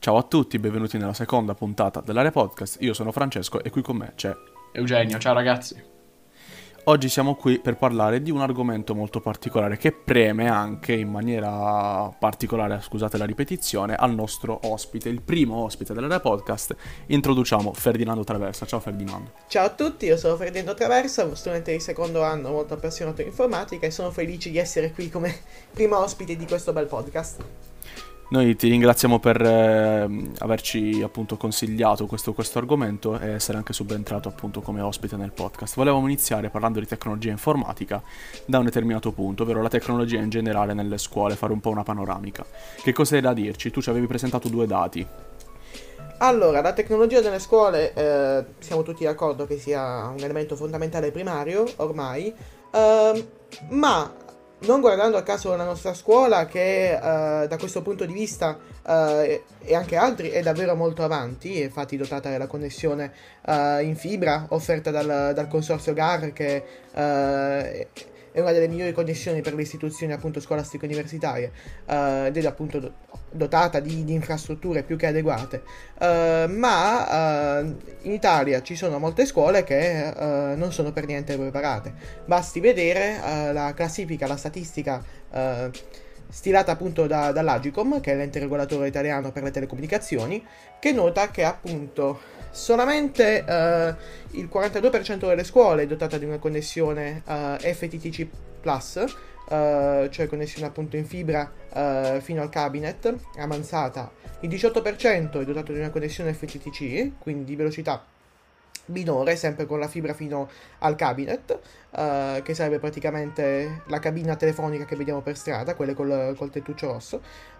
Ciao a tutti, benvenuti nella seconda puntata dell'Area Podcast. Io sono Francesco e qui con me c'è Eugenio, ciao ragazzi. Oggi siamo qui per parlare di un argomento molto particolare che preme anche in maniera particolare, scusate la ripetizione, al nostro ospite, il primo ospite dell'Area Podcast. Introduciamo Ferdinando Traversa. Ciao Ferdinando. Ciao a tutti, io sono Ferdinando Traversa, uno studente di secondo anno molto appassionato di informatica e sono felice di essere qui come primo ospite di questo bel podcast. Noi ti ringraziamo per averci appunto consigliato questo argomento e essere anche subentrato appunto come ospite nel podcast. Volevamo iniziare parlando di tecnologia informatica da un determinato punto, ovvero la tecnologia in generale nelle scuole, fare un po' una panoramica. Che cosa hai da dirci? Tu ci avevi presentato due dati. Allora, la tecnologia nelle scuole, siamo tutti d'accordo che sia un elemento fondamentale primario ormai, ma non guardando a caso la nostra scuola che da questo punto di vista e anche altri è davvero molto avanti, è infatti dotata della connessione in fibra offerta dal consorzio GAR che è una delle migliori connessioni per le istituzioni appunto scolastiche universitarie ed è appunto dotata di infrastrutture più che adeguate, ma in Italia ci sono molte scuole che non sono per niente preparate. Basti vedere la classifica, la statistica stilata appunto dall'Agicom, che è l'ente regolatore italiano per le telecomunicazioni, che nota che appunto solamente il 42% delle scuole è dotata di una connessione FTTC Plus, cioè connessione appunto in fibra fino al cabinet avanzata. Il 18% è dotato di una connessione FTTC, quindi di velocità minore, sempre con la fibra fino al cabinet, che sarebbe praticamente la cabina telefonica che vediamo per strada, quelle col tettuccio rosso.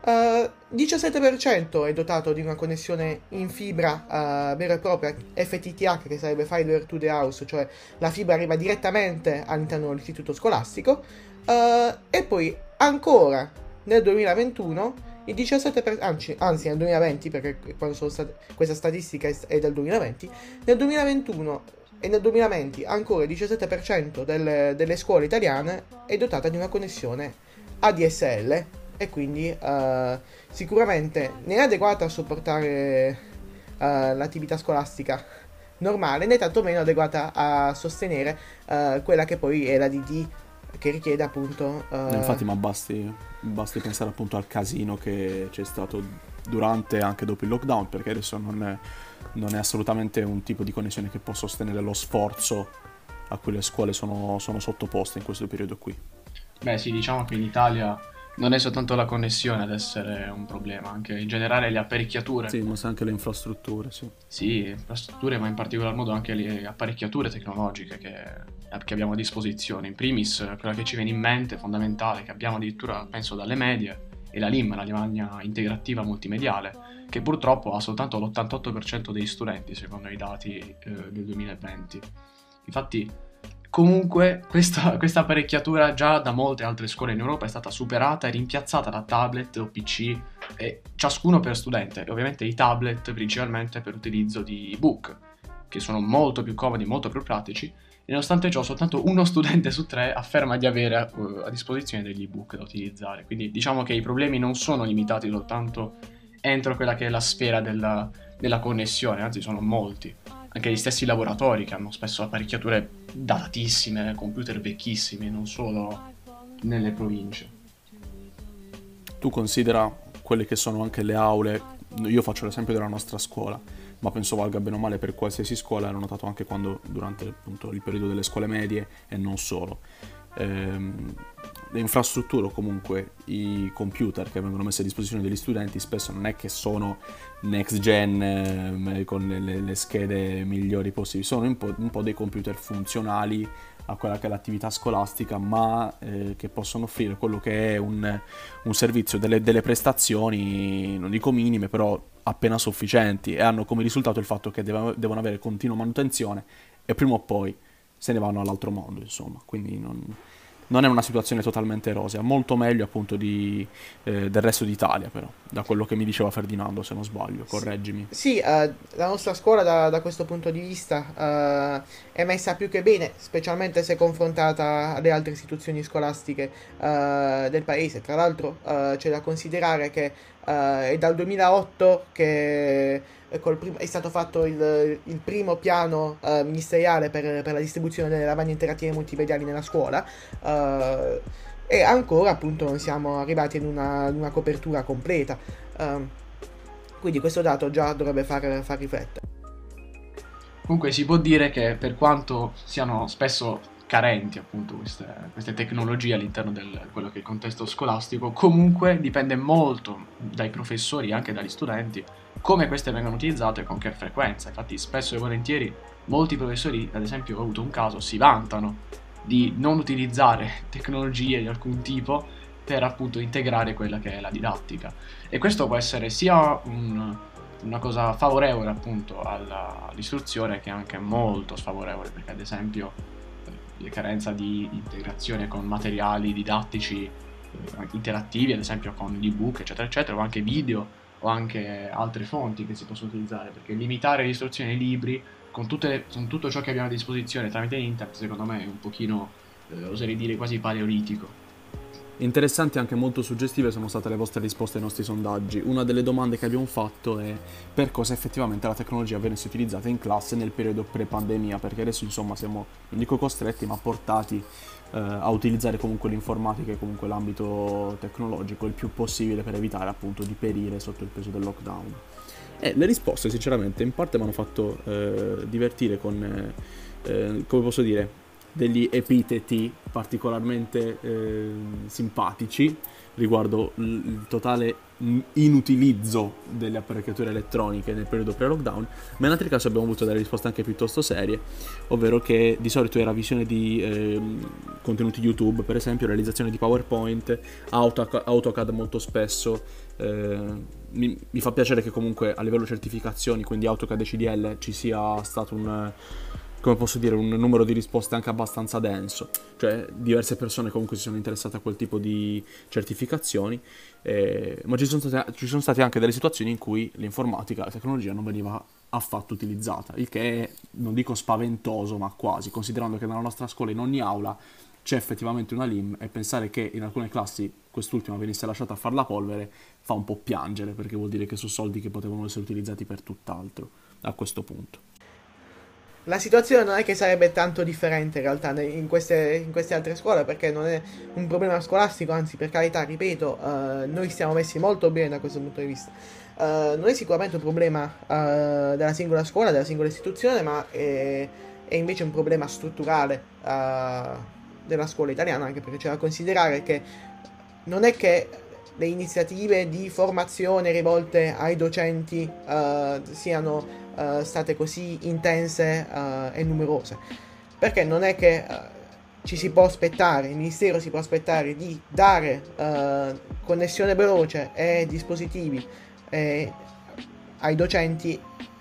17% è dotato di una connessione in fibra vera e propria FTTH, che sarebbe Fiber to the House, cioè la fibra arriva direttamente all'interno dell'istituto scolastico. E poi ancora nel 2021 il 17%, anzi nel 2020, perché questa statistica è del 2020, nel 2021 e nel 2020 ancora il 17% delle scuole italiane è dotata di una connessione ADSL e quindi sicuramente né è adeguata a sopportare l'attività scolastica normale, né tantomeno adeguata a sostenere quella che poi è la DD, che richiede appunto Infatti, ma basti pensare appunto al casino che c'è stato durante e anche dopo il lockdown, perché adesso non è assolutamente un tipo di connessione che può sostenere lo sforzo a cui le scuole sono sottoposte in questo periodo qui. Beh sì, diciamo che in Italia non è soltanto la connessione ad essere un problema, anche in generale le apparecchiature. Sì, ma anche le infrastrutture, sì. Sì, infrastrutture, ma in particolar modo anche le apparecchiature tecnologiche che abbiamo a disposizione. In primis, quella che ci viene in mente, fondamentale, che abbiamo addirittura, penso, dalle medie, è la LIM, la lavagna integrativa multimediale, che purtroppo ha soltanto l'88% degli studenti, secondo i dati del 2020. Infatti, comunque, questa apparecchiatura già da molte altre scuole in Europa è stata superata e rimpiazzata da tablet o PC, e ciascuno per studente, e ovviamente i tablet principalmente per utilizzo di ebook, che sono molto più comodi, molto più pratici, e nonostante ciò soltanto uno studente su tre afferma di avere a disposizione degli ebook da utilizzare. Quindi diciamo che i problemi non sono limitati soltanto entro quella che è la sfera della connessione, anzi sono molti. Anche gli stessi laboratori che hanno spesso apparecchiature datatissime, computer vecchissimi, non solo nelle province. Tu considera quelle che sono anche le aule, io faccio l'esempio della nostra scuola, ma penso valga bene o male per qualsiasi scuola, l'ho notato anche quando durante appunto il periodo delle scuole medie e non solo. Le infrastrutture o comunque i computer che vengono messi a disposizione degli studenti spesso non è che sono next gen con le schede migliori possibili, sono un po' dei computer funzionali a quella che è l'attività scolastica, ma che possono offrire quello che è un servizio, delle prestazioni, non dico minime, però appena sufficienti, e hanno come risultato il fatto che devono avere continua manutenzione e prima o poi se ne vanno all'altro mondo, insomma. Quindi non è una situazione totalmente rosea, molto meglio appunto del resto d'Italia, però, da quello che mi diceva Ferdinando, se non sbaglio, correggimi. Sì, la nostra scuola da questo punto di vista è messa più che bene, specialmente se confrontata alle altre istituzioni scolastiche del paese. Tra l'altro c'è da considerare che È dal 2008 che è stato fatto il primo piano ministeriale per la distribuzione delle lavagne interattive multimediali nella scuola, e ancora appunto non siamo arrivati ad una copertura completa. Quindi questo dato già dovrebbe far riflettere. Comunque si può dire che per quanto siano spesso carenti appunto queste tecnologie all'interno di quello che è il contesto scolastico, comunque dipende molto dai professori e anche dagli studenti come queste vengono utilizzate e con che frequenza. Infatti spesso e volentieri molti professori, ad esempio ho avuto un caso, si vantano di non utilizzare tecnologie di alcun tipo per appunto integrare quella che è la didattica, e questo può essere sia una cosa favorevole appunto all'istruzione che anche molto sfavorevole, perché ad esempio le carenza di integrazione con materiali didattici interattivi, ad esempio con l'ebook eccetera eccetera, o anche video o anche altre fonti che si possono utilizzare, perché limitare l'istruzione ai libri con tutto ciò che abbiamo a disposizione tramite internet secondo me è un pochino, oserei dire, quasi paleolitico. Interessanti e anche molto suggestive sono state le vostre risposte ai nostri sondaggi. Una delle domande che abbiamo fatto è per cosa effettivamente la tecnologia venisse utilizzata in classe nel periodo pre-pandemia, perché adesso insomma siamo, non dico costretti, ma portati a utilizzare comunque l'informatica e comunque l'ambito tecnologico il più possibile per evitare appunto di perire sotto il peso del lockdown. E le risposte sinceramente in parte mi hanno fatto divertire con, come posso dire, degli epiteti particolarmente simpatici riguardo il totale inutilizzo delle apparecchiature elettroniche nel periodo pre-lockdown, ma in altri casi abbiamo avuto delle risposte anche piuttosto serie, ovvero che di solito era visione di contenuti YouTube, per esempio realizzazione di PowerPoint, AutoCAD molto spesso. Mi fa piacere che comunque a livello certificazioni, quindi AutoCAD e CDL, ci sia stato come posso dire, un numero di risposte anche abbastanza denso, cioè diverse persone comunque si sono interessate a quel tipo di certificazioni, ma ci sono state anche delle situazioni in cui l'informatica, la tecnologia non veniva affatto utilizzata, il che è, non dico spaventoso, ma quasi, considerando che nella nostra scuola in ogni aula c'è effettivamente una LIM, e pensare che in alcune classi quest'ultima venisse lasciata a far la polvere fa un po' piangere, perché vuol dire che sono soldi che potevano essere utilizzati per tutt'altro a questo punto. La situazione non è che sarebbe tanto differente in realtà in queste altre scuole, perché non è un problema scolastico, anzi, per carità, ripeto, noi stiamo messi molto bene da questo punto di vista. Non è sicuramente un problema della singola scuola, della singola istituzione, ma è invece un problema strutturale della scuola italiana, anche perché c'è da considerare che non è che le iniziative di formazione rivolte ai docenti siano state così intense e numerose, perché non è che ci si può aspettare, il Ministero si può aspettare di dare connessione veloce e dispositivi ai docenti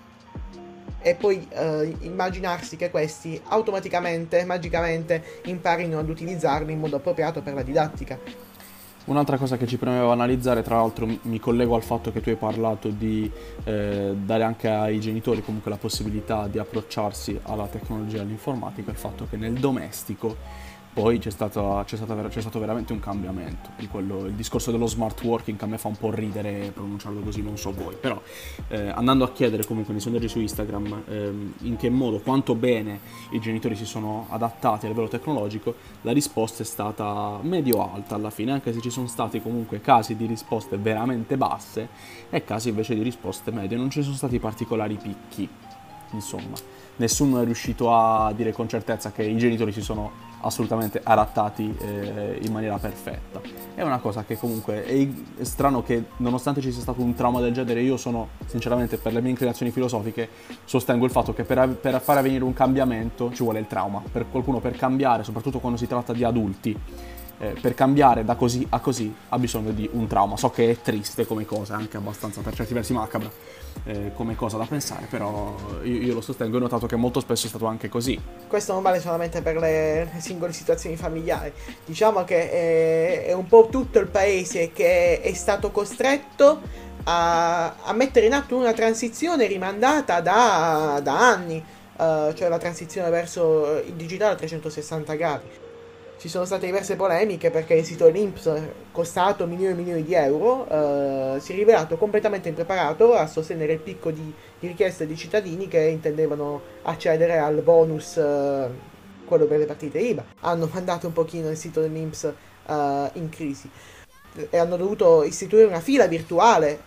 e poi immaginarsi che questi automaticamente, magicamente imparino ad utilizzarli in modo appropriato per la didattica. Un'altra cosa che ci premeva analizzare, tra l'altro mi collego al fatto che tu hai parlato di dare anche ai genitori comunque la possibilità di approcciarsi alla tecnologia e all'informatica, il fatto che nel domestico poi c'è stato veramente un cambiamento di quello, il discorso dello smart working, che a me fa un po' ridere pronunciarlo così, non so voi, però andando a chiedere comunque nei sondaggi su Instagram in che modo, quanto bene i genitori si sono adattati a livello tecnologico, la risposta è stata medio-alta alla fine, anche se ci sono stati comunque casi di risposte veramente basse e casi invece di risposte medie, non ci sono stati particolari picchi, insomma, nessuno è riuscito a dire con certezza che i genitori si sono assolutamente adattati in maniera perfetta. È una cosa che comunque è strano, che nonostante ci sia stato un trauma del genere, io sono sinceramente, per le mie inclinazioni filosofiche, sostengo il fatto che per far avvenire un cambiamento ci vuole il trauma. Per qualcuno, per cambiare, soprattutto quando si tratta di adulti, per cambiare da così a così ha bisogno di un trauma. So che è triste come cosa, anche abbastanza per certi versi macabra come cosa da pensare, però io lo sostengo, ho notato che molto spesso è stato anche così. Questo non vale solamente per le singole situazioni familiari, diciamo che è un po' tutto il paese che è stato costretto a mettere in atto una transizione rimandata da anni, cioè la transizione verso il digitale a 360 gradi. ci sono state diverse polemiche perché il sito dell'INPS, costato milioni e milioni di euro, si è rivelato completamente impreparato a sostenere il picco di richieste di cittadini che intendevano accedere al bonus, quello per le partite IVA. Hanno mandato un pochino il sito dell'INPS in crisi e hanno dovuto istituire una fila virtuale,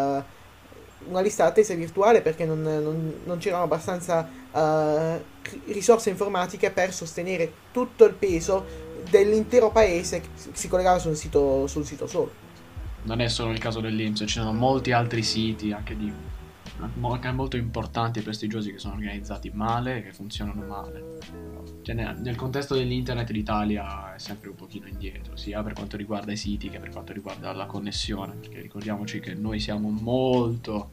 una lista d'attesa virtuale, perché non c'erano abbastanza risorse informatiche per sostenere tutto il peso dell'intero paese che si collegava sul sito solo. Non è solo il caso dell'INPS, ci sono molti altri siti anche molto importanti e prestigiosi che sono organizzati male e che funzionano male. Cioè, nel contesto dell'internet l'Italia è sempre un pochino indietro, sia per quanto riguarda i siti che per quanto riguarda la connessione, perché ricordiamoci che noi siamo molto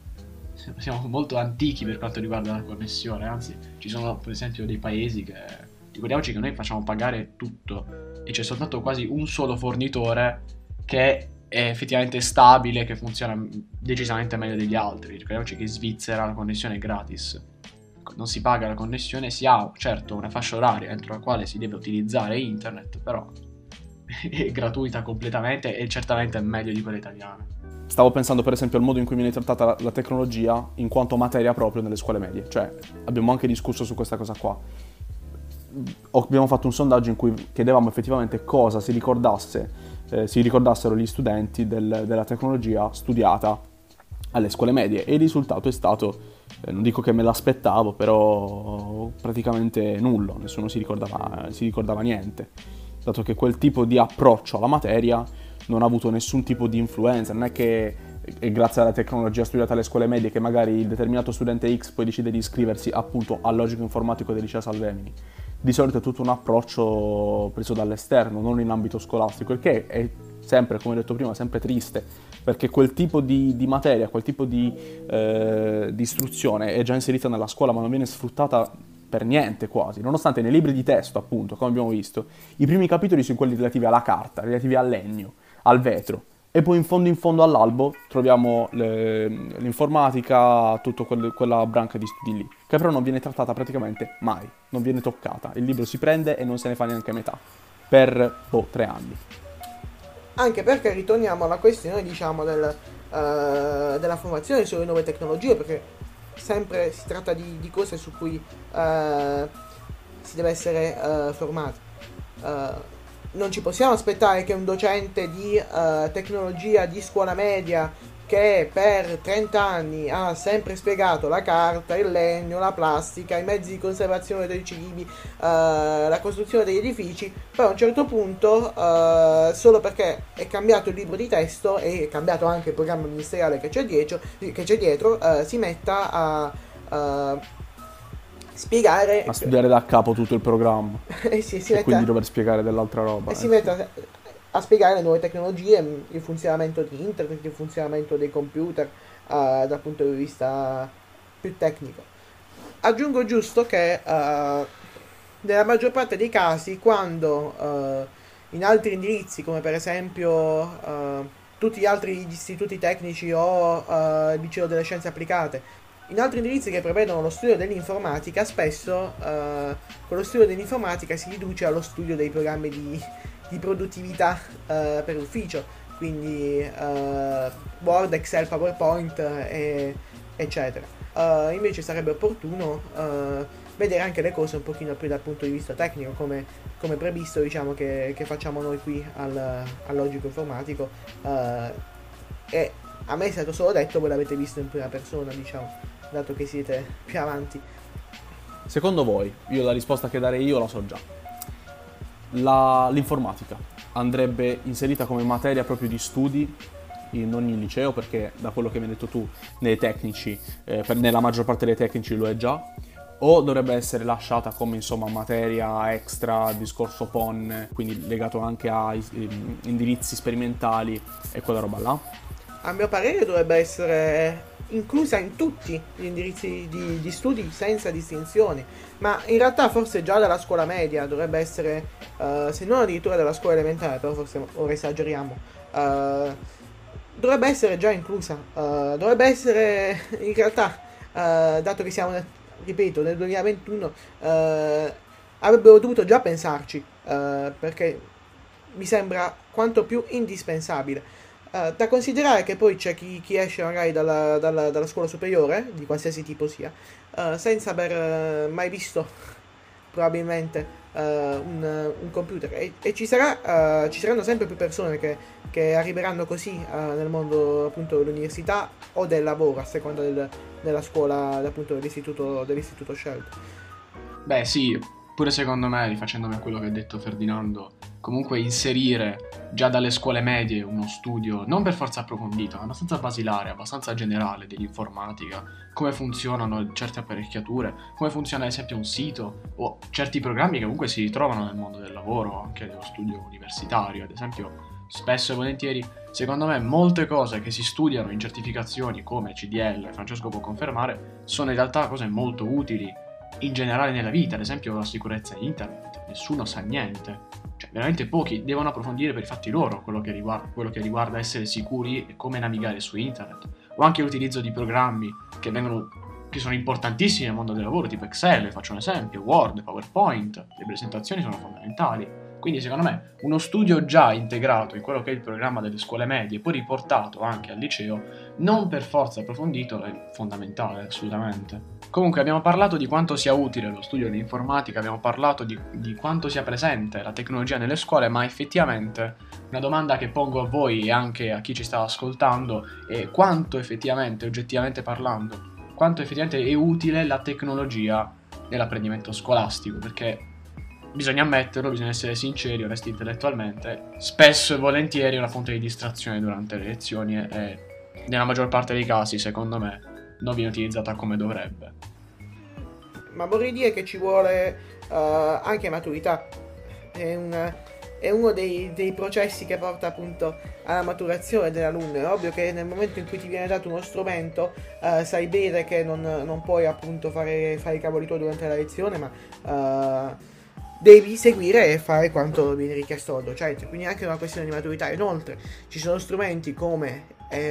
antichi per quanto riguarda la connessione, anzi ci sono per esempio dei paesi che, ricordiamoci che noi facciamo pagare tutto e c'è soltanto quasi un solo fornitore che è effettivamente stabile, che funziona decisamente meglio degli altri. Ricordiamoci che in Svizzera la connessione è gratis, non si paga la connessione, si ha certo una fascia oraria entro la quale si deve utilizzare internet, però è gratuita completamente e certamente è meglio di quella italiana. Stavo pensando per esempio al modo in cui viene trattata la tecnologia in quanto materia proprio nelle scuole medie, cioè abbiamo anche discusso su questa cosa qua. Abbiamo fatto un sondaggio in cui chiedevamo effettivamente cosa si ricordassero gli studenti della tecnologia studiata alle scuole medie, e il risultato è stato, non dico che me l'aspettavo, però praticamente nullo, nessuno si ricordava niente, dato che quel tipo di approccio alla materia non ha avuto nessun tipo di influenza. Non è che è grazie alla tecnologia studiata alle scuole medie che magari il determinato studente X poi decide di iscriversi appunto al logico informatico del liceo Salvemini. Di solito è tutto un approccio preso dall'esterno, non in ambito scolastico, il che è sempre, come ho detto prima, sempre triste, perché quel tipo di materia, quel tipo di istruzione è già inserita nella scuola ma non viene sfruttata per niente quasi, nonostante nei libri di testo, appunto, come abbiamo visto, i primi capitoli sono quelli relativi alla carta, relativi al legno, al vetro, e poi in fondo all'albo troviamo l'informatica, tutta quella branca di studi lì, che però non viene trattata praticamente mai, non viene toccata. Il libro si prende e non se ne fa neanche metà, per 3 anni. Anche perché ritorniamo alla questione, diciamo, della formazione sulle nuove tecnologie, perché sempre si tratta di cose su cui si deve essere formati. Non ci possiamo aspettare che un docente di tecnologia di scuola media, che per 30 anni ha sempre spiegato la carta, il legno, la plastica, i mezzi di conservazione dei cibi, la costruzione degli edifici, poi a un certo punto, solo perché è cambiato il libro di testo e è cambiato anche il programma ministeriale che c'è dietro, si metta a spiegare, a studiare da capo tutto il programma e quindi dover spiegare dell'altra roba, e si mette a spiegare le nuove tecnologie, il funzionamento di internet, il funzionamento dei computer, dal punto di vista più tecnico. Aggiungo giusto che nella maggior parte dei casi, quando in altri indirizzi, come per esempio tutti gli altri istituti tecnici o il liceo delle scienze applicate, in altri indirizzi che prevedono lo studio dell'informatica, spesso con lo studio dell'informatica si riduce allo studio dei programmi di produttività per ufficio, quindi Word, Excel, PowerPoint, eccetera. Invece sarebbe opportuno vedere anche le cose un pochino più dal punto di vista tecnico, come previsto, diciamo, che facciamo noi qui al logico informatico, e a me è stato solo detto, voi l'avete visto in prima persona, diciamo, dato che siete più avanti. Secondo voi, io la risposta che darei io la so già. L'informatica andrebbe inserita come materia proprio di studi in ogni liceo, perché da quello che mi hai detto tu, nei tecnici, nella maggior parte dei tecnici lo è già, o dovrebbe essere lasciata come, insomma, materia extra, discorso PON, quindi legato anche a indirizzi sperimentali e quella roba là? A mio parere dovrebbe essere inclusa in tutti gli indirizzi di studi senza distinzioni, ma in realtà forse già dalla scuola media dovrebbe essere, se non addirittura dalla scuola elementare, però forse ora esageriamo, dovrebbe essere già inclusa, dovrebbe essere in realtà, dato che siamo, ripeto, nel 2021, avrebbero dovuto già pensarci, perché mi sembra quanto più indispensabile. Da considerare che poi c'è chi esce magari dalla scuola superiore, di qualsiasi tipo sia, senza aver mai visto probabilmente un computer, e ci saranno sempre più persone che arriveranno così nel mondo appunto dell'università o del lavoro, a seconda della scuola, appunto dell'istituto scelto. Beh sì, pure secondo me, rifacendomi a quello che ha detto Ferdinando, comunque inserire già dalle scuole medie uno studio non per forza approfondito, ma abbastanza basilare, abbastanza generale dell'informatica, come funzionano certe apparecchiature, come funziona ad esempio un sito o certi programmi che comunque si ritrovano nel mondo del lavoro, anche dello studio universitario, ad esempio spesso e volentieri, secondo me molte cose che si studiano in certificazioni come CDL, Francesco può confermare, sono in realtà cose molto utili in generale nella vita, ad esempio la sicurezza internet, nessuno sa niente, cioè veramente pochi devono approfondire per i fatti loro quello che riguarda essere sicuri e come navigare su internet, o anche l'utilizzo di programmi che sono importantissimi nel mondo del lavoro, tipo Excel, faccio un esempio, Word, PowerPoint, le presentazioni sono fondamentali. Quindi secondo me uno studio già integrato in quello che è il programma delle scuole medie, poi riportato anche al liceo, non per forza approfondito, è fondamentale, assolutamente. Comunque abbiamo parlato di quanto sia utile lo studio dell'informatica, abbiamo parlato di quanto sia presente la tecnologia nelle scuole, ma effettivamente una domanda che pongo a voi e anche a chi ci sta ascoltando è quanto effettivamente, oggettivamente parlando, quanto effettivamente è utile la tecnologia nell'apprendimento scolastico, perché bisogna ammetterlo, bisogna essere sinceri, onesti intellettualmente, spesso e volentieri è una fonte di distrazione durante le lezioni e nella maggior parte dei casi, secondo me, non viene utilizzata come dovrebbe. Ma vorrei dire che ci vuole anche maturità. È uno dei processi che porta appunto alla maturazione dell'alunno. È ovvio che nel momento in cui ti viene dato uno strumento, sai bene che non puoi appunto fare i cavoli tuoi durante la lezione, ma devi seguire e fare quanto viene richiesto dal docente. Quindi è anche una questione di maturità. Inoltre ci sono strumenti come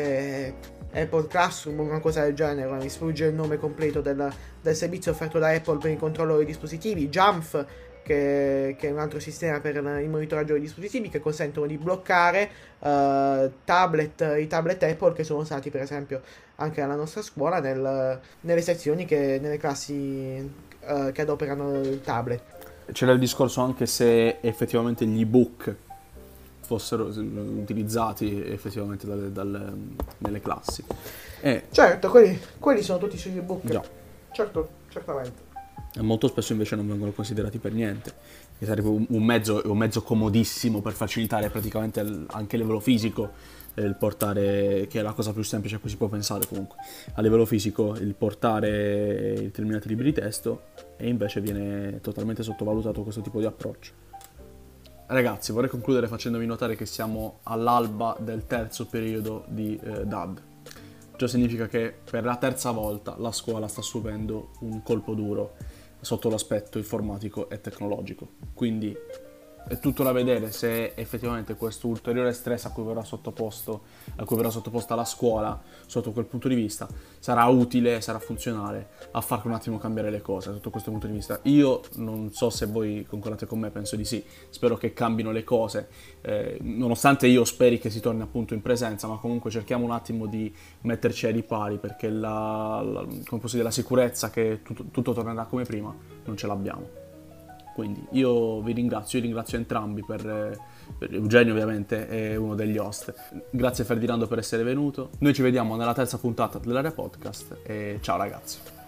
Apple Classroom o una cosa del genere, mi sfugge il nome completo del servizio offerto da Apple per il controllo dei dispositivi, Jamf, che è un altro sistema per il monitoraggio dei dispositivi, che consentono di bloccare i tablet Apple che sono usati per esempio anche alla nostra scuola nelle sezioni nelle classi che adoperano il tablet. C'era il discorso anche se effettivamente gli ebook fossero utilizzati effettivamente nelle classi. Certo, quelli sono tutti sugli ebook. Già. Certo, certamente. E molto spesso invece non vengono considerati per niente. Che sarebbe un mezzo comodissimo per facilitare praticamente anche a livello fisico il portare, che è la cosa più semplice a cui si può pensare comunque, a livello fisico il portare determinati libri di testo, e invece viene totalmente sottovalutato questo tipo di approccio. Ragazzi, vorrei concludere facendovi notare che siamo all'alba del terzo periodo di DAD. Ciò significa che per la terza volta la scuola sta subendo un colpo duro sotto l'aspetto informatico e tecnologico. Quindi è tutto da vedere se effettivamente questo ulteriore stress a cui verrà sottoposta la scuola sotto quel punto di vista sarà utile, sarà funzionale a far un attimo cambiare le cose sotto questo punto di vista. Io non so se voi concordate con me, penso di sì, spero che cambino le cose, nonostante io speri che si torni appunto in presenza, ma comunque cerchiamo un attimo di metterci ai ripari, perché come posso dire, la sicurezza che tutto tornerà come prima non ce l'abbiamo. Quindi io ringrazio entrambi, per Eugenio ovviamente è uno degli host. Grazie Ferdinando per essere venuto. Noi ci vediamo nella terza puntata dell'Area Podcast e ciao ragazzi.